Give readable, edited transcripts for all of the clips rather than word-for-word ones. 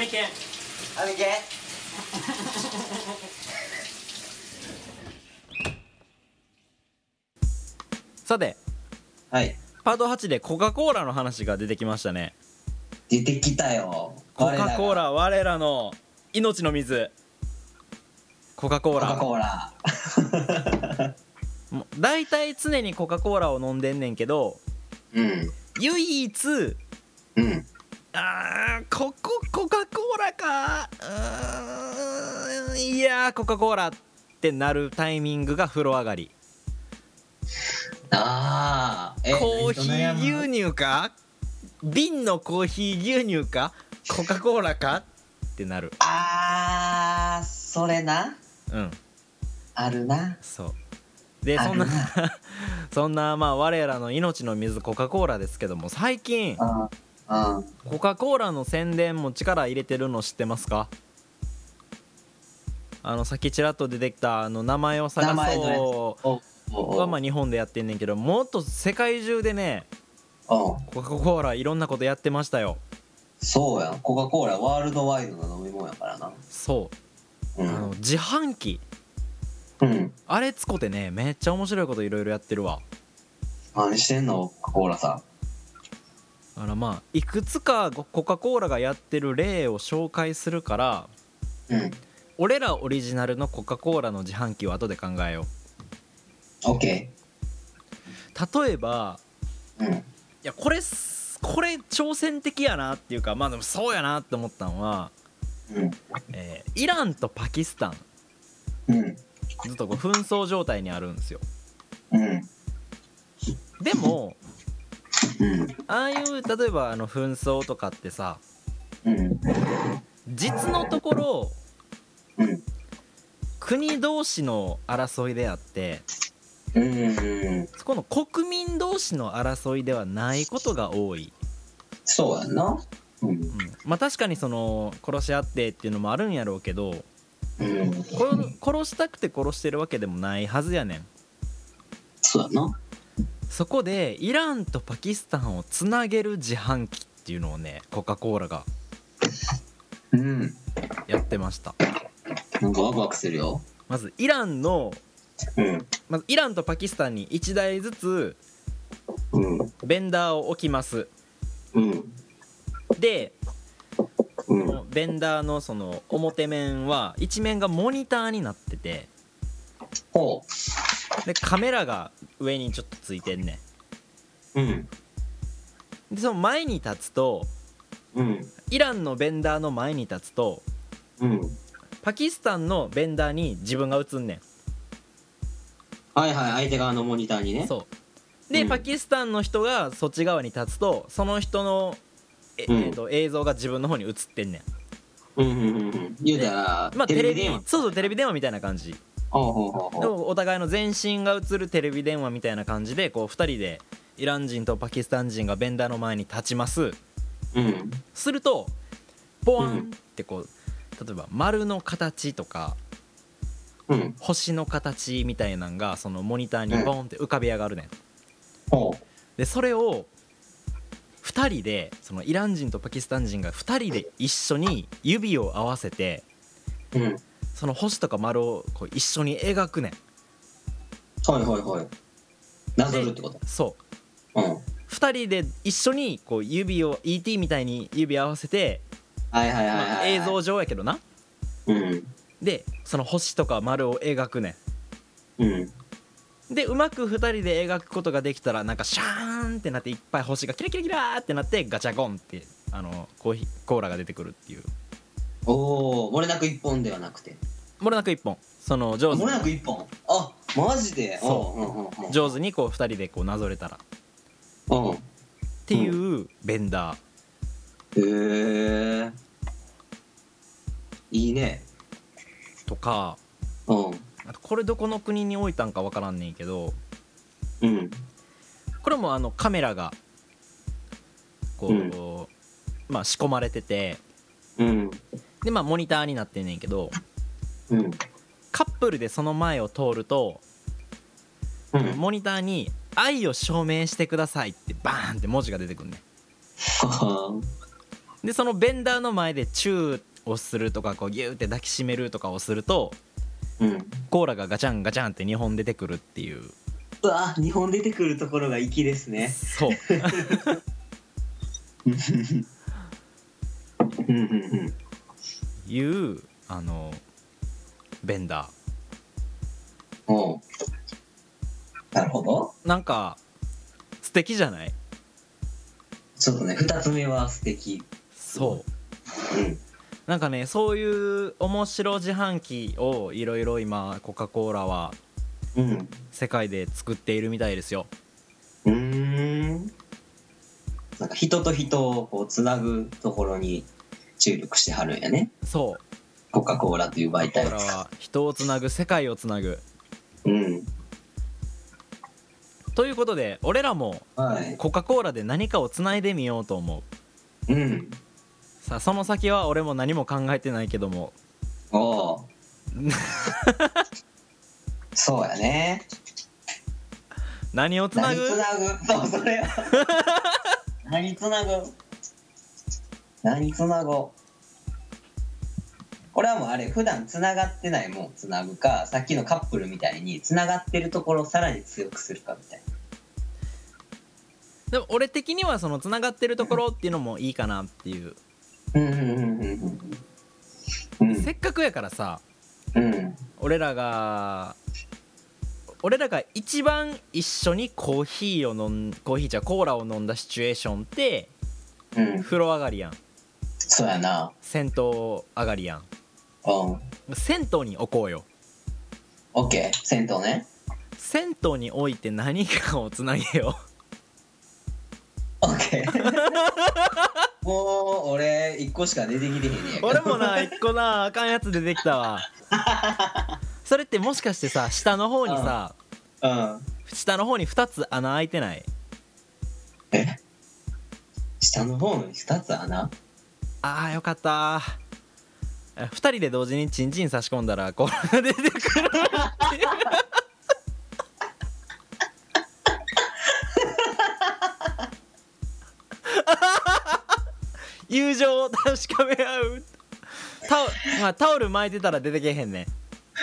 ミケンアミケさてはいパート8でコカ・コーラの話が出てきましたね。 出てきたよ。 コカ・コーラ我らの命の水コカ・コーラコカ・コーラもう大体常にコカ・コーラを飲んでんねんけどうん唯一うんコカ・コーラかいやコカ・コーラってなるタイミングが風呂上がり。コーヒー牛乳か瓶のコーヒー牛乳かコカ・コーラかってなる。 それなうんあるな。 そうでそんなそんなまあ我らの命の水コカ・コーラですけども、最近コカ・コーラの宣伝も力入れてるの知ってますか？さっきちらっと出てきた名前を探そうはまあ日本でやってんねんけど、もっと世界中でねコカ・コーラいろんなことやってましたよ。 そうやん、コカ・コーラワールドワイドな飲み物やからな。 そう、自販機あれつこてね、めっちゃ面白いこといろいろやってるわ。 何してんのコカ・コーラさん。 まあいくつかコカ・コーラがやってる例を紹介するから、俺らオリジナルのコカ・コーラの自販機を後で考えよう。オッケー。例えば、いやこれ挑戦的やなっていうか、まあでもそうやなって思ったのは、イランとパキスタン、ずっとこう紛争状態にあるんですよ。でもああいう例えば紛争とかってさ、実のところ、国同士の争いであって、そこの国民同士の争いではないことが多い。 そうやんな。 まあ確かにその殺し合ってっていうのもあるんやろうけど、殺したくて殺してるわけでもないはずやねん。 そうやな。 そこでイランとパキスタンをつなげる自販機っていうのをね、コカ・コーラがやってました。 なんかワクワクするよ。 まずイランとパキスタンに1台ずつベンダーを置きます。でベンダーのその表面は一面がモニターになってて、でカメラが上にちょっとついてんねん。でその前に立つと、イランのベンダーの前に立つと、パキスタンのベンダーに自分が映んねん。 相手側のモニターにね。 そうで、パキスタンの人がそっち側に立つと、その人の映像が自分の方に映ってんねん。 言うたら、 まあテレビ電話。そうテレビ電話みたいな感じ。でもお互いの全身が映るテレビ電話みたいな感じで、こう2人でイラン人とパキスタン人がベンダーの前に立ちます。するとポワンってこう、例えば丸の形とか、星の形みたいなんがそのモニターにボンって浮かび上がるねん。でそれを2人で、そのイラン人とパキスタン人が2人で一緒に指を合わせて、その星とか丸をこう一緒に描くねん。 なぞるってこと。 そう2人で一緒にこう指を ET みたいに指合わせて、映像上やけどな、でその星とか丸を描くねん。でうまく2人で描くことができたら、なんかシャーンってなっていっぱい星がキラキラキラーってなって、ガチャゴンってコーラが出てくるっていう。 漏れなく1本ではなくて、 漏れなく1本、その上手に、 漏れなく1本。マジで。 上手にこう2人でこうなぞれたらっていうベンダー。いいね。 とか、あとこれどこの国に置いたんかわからんねんけど、これもカメラがこう、まあ仕込まれてて、でまあモニターになってんねんけど、カップルでその前を通ると、モニターに愛を証明してくださいってバーンって文字が出てくんねん。 でそのベンダーの前でチューをするとかこうギューって抱きしめるとかをすると、コーラがガチャンガチャンって2本出てくるっていう。 うわ、2本出てくるところが粋ですね。 そういうベンダー。 おう、なるほど。 なんか素敵じゃない？ ちょっとね、2つ目は素敵。 そう、なんかね、そういう面白自販機をいろいろ今コカ・コーラは世界で作っているみたいですよ。 なんか人と人をこうつなぐところに注力してはるんやね。 そう、 コカ・コーラという媒体。 コカ・コーラは人をつなぐ、世界をつなぐ。ということで俺らもコカ・コーラで何かをつないでみようと思う。さあその先は俺も何も考えてないけども。 おうそうやね。 何をつなぐ？ そうそれ何つなごこれはもうあれ、普段つながってないもんつなぐか、さっきのカップルみたいにつながってるところをさらに強くするかみたいな。でも俺的にはそのつながってるところっていうのもいいかなっていう。せっかくやからさ、俺らが一番一緒にコーラを飲んだシチュエーションって、風呂上がりやん。 そうやな。 銭湯上がりやん。銭湯に置こうよ。 オッケー、銭湯ね。 銭湯に置いて何かをつなげよう。オッケーもう俺1個しか出てきてへんねやけど。 俺もな1個なあかんやつ出てきたわそれってもしかしてさ、下の方にさ、下の方に2つ穴開いてない？ 下の方に2つ穴？ あーよかった。2人で同時にチンチン差し込んだらこれが出てくる友情を確かめ合う。タオル巻いてたら出てけへんねん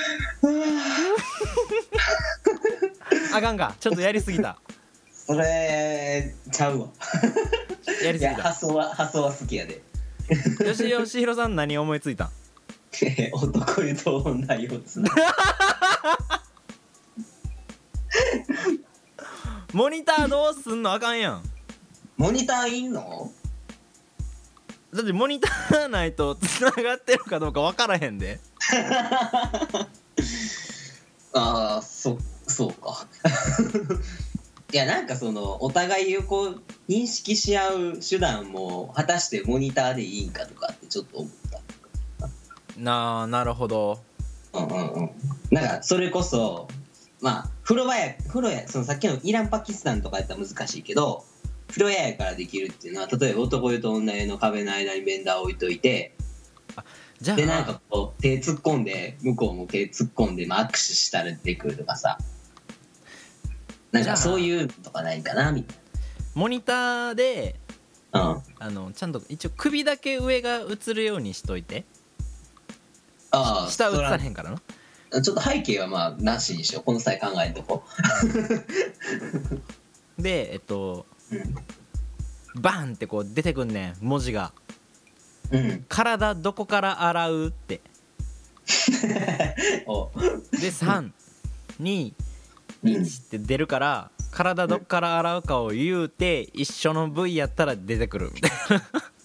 あかんか、ちょっとやりすぎた。 それちゃうわやりすぎた。 いや、発想は好きやで。 よしひろさん何思いついた？ 男湯と女湯をつなモニターどうすんの？あかんやん。 モニターいんの？ だってモニターないとつながってるかどうか分からへんでああ、そうかいや、なんかそのお互いをこう認識し合う手段も果たしてモニターでいいんかとかってちょっと思った。 なるほど。 なんかそれこそまあ風呂屋、そのさっきのイランパキスタンとかやったら難しいけど、風呂屋やからできるっていうのは、例えば男湯と女湯の壁の間にベンダーを置いといて、 じゃあでなんかこう手突っ込んで、向こうも手突っ込んで、まあ、握手したら出てくるとかさ、なんかそういうのとかないかなみたいな。 モニターで、ちゃんと一応首だけ上が映るようにしといて。下映さへんからな。 ちょっと背景はまあなしにしよう、この際考えとこうでバーンってこう出てくんねん、文字が、体どこから洗うってで3、2、1って出るから、体どっから洗うかを言うて一緒の部位やったら出てくるみたいな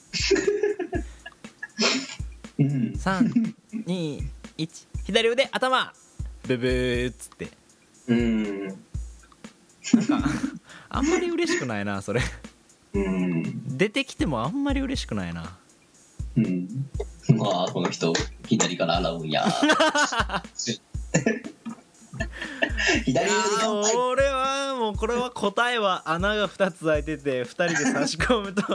3、2、1、左腕頭ブブーっつって、なんかあんまり嬉しくないなそれ出てきてもあんまり嬉しくないな。 まあこの人左から洗うんや左腕乾杯。 俺はもうこれは答えは穴が2つ開いてて2人で差し込むと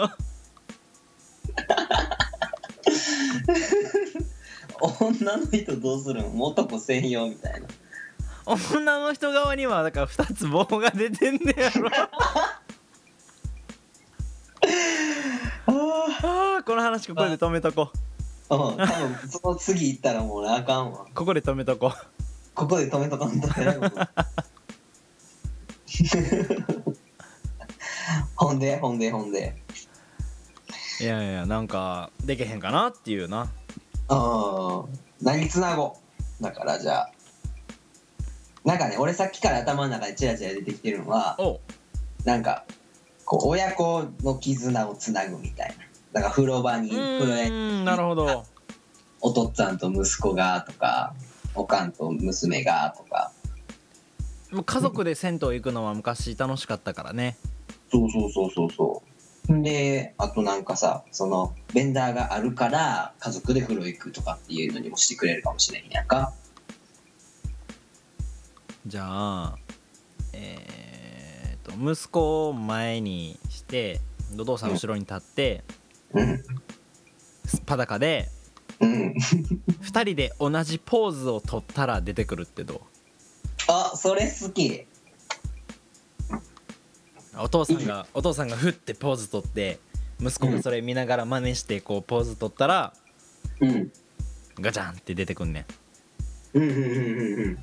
女の人どうするん？男専用みたいな。 女の人側にはだから2つ棒が出てんねやろこの話ここで止めとこう。多分その次行ったらもうあかんわ。 ここで止めとこここで止めとかんとほんでいやいやなんかできへんかなっていうな。 何つなごう。だからじゃあなんかね、俺さっきから頭の中でチラチラ出てきてるのは、なんかこう親子の絆をつなぐみたいな。だから風呂場になるほど。 お父っつぁんと息子がとか、おかんと娘がとか。 もう家族で銭湯行くのは昔楽しかったからね。 そうで、あとなんかさ、そのベンダーがあるから家族で風呂行くとかっていうのにもしてくれるかもしれんやんか。 じゃあ息子を前にしてお父さん後ろに立って、すっぱだかで、2人で同じポーズを取ったら出てくるってどう？ あ、それ好き。 お父さんがフッてポーズ取って息子がそれ見ながら真似してこうポーズ取ったら、ガチャンって出てくんねん。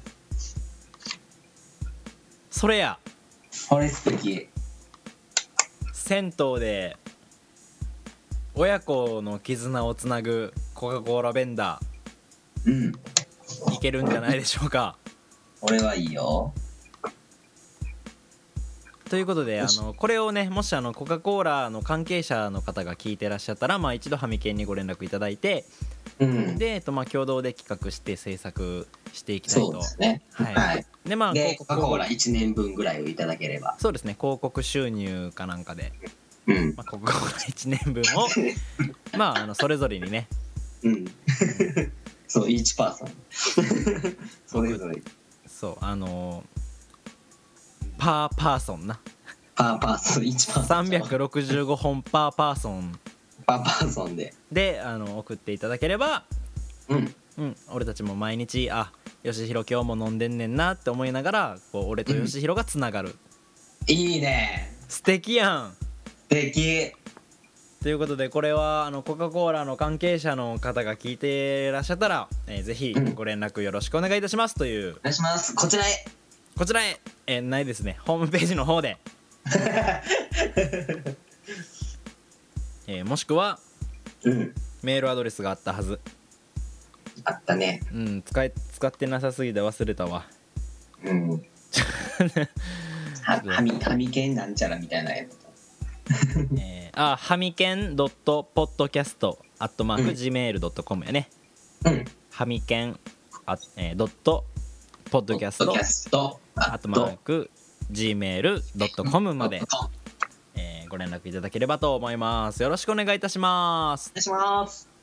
それや。 それ素敵。 銭湯で親子の絆をつなぐコカ・コーラベンダー、いけるんじゃないでしょうか。 俺はいいよ。 ということでこれをね、もしコカ・コーラの関係者の方が聞いてらっしゃったら、一度ハミケンにご連絡いただいて、で、共同で企画して制作していきたいと。 そうですね。はい。でコカ・コーラ1年分ぐらいをいただければ。 そうですね、広告収入かなんかで、コカ・コーラ1年分をそれぞれにね、 そう、イーチパーソンそれぞれ、 そうパーパーソンな。 パーパーソン、1パーソン。 365本パーパーソン。 パーパーソンで送っていただければ、俺たちも毎日よしひろ今日も飲んでんねんなって思いながらこう俺とよしひろがつながる。 いいね。 素敵やん。 素敵。 ということでこれはコカ・コーラの関係者の方が聞いてらっしゃったら、ぜひご連絡よろしくお願いいたしますという。 お願いします。こちらへ。 ないですね、ホームページの方でもしくは、メールアドレスがあったはず。 あったね。 使ってなさすぎて忘れたわ。 ハミケンなんちゃらみたいなやつ。 ハミケン.podcast@gmail.com やね。ハミケン.podcast@gmail.com まで、ご連絡いただければと思います。よろしくお願いいたします。 お願いします。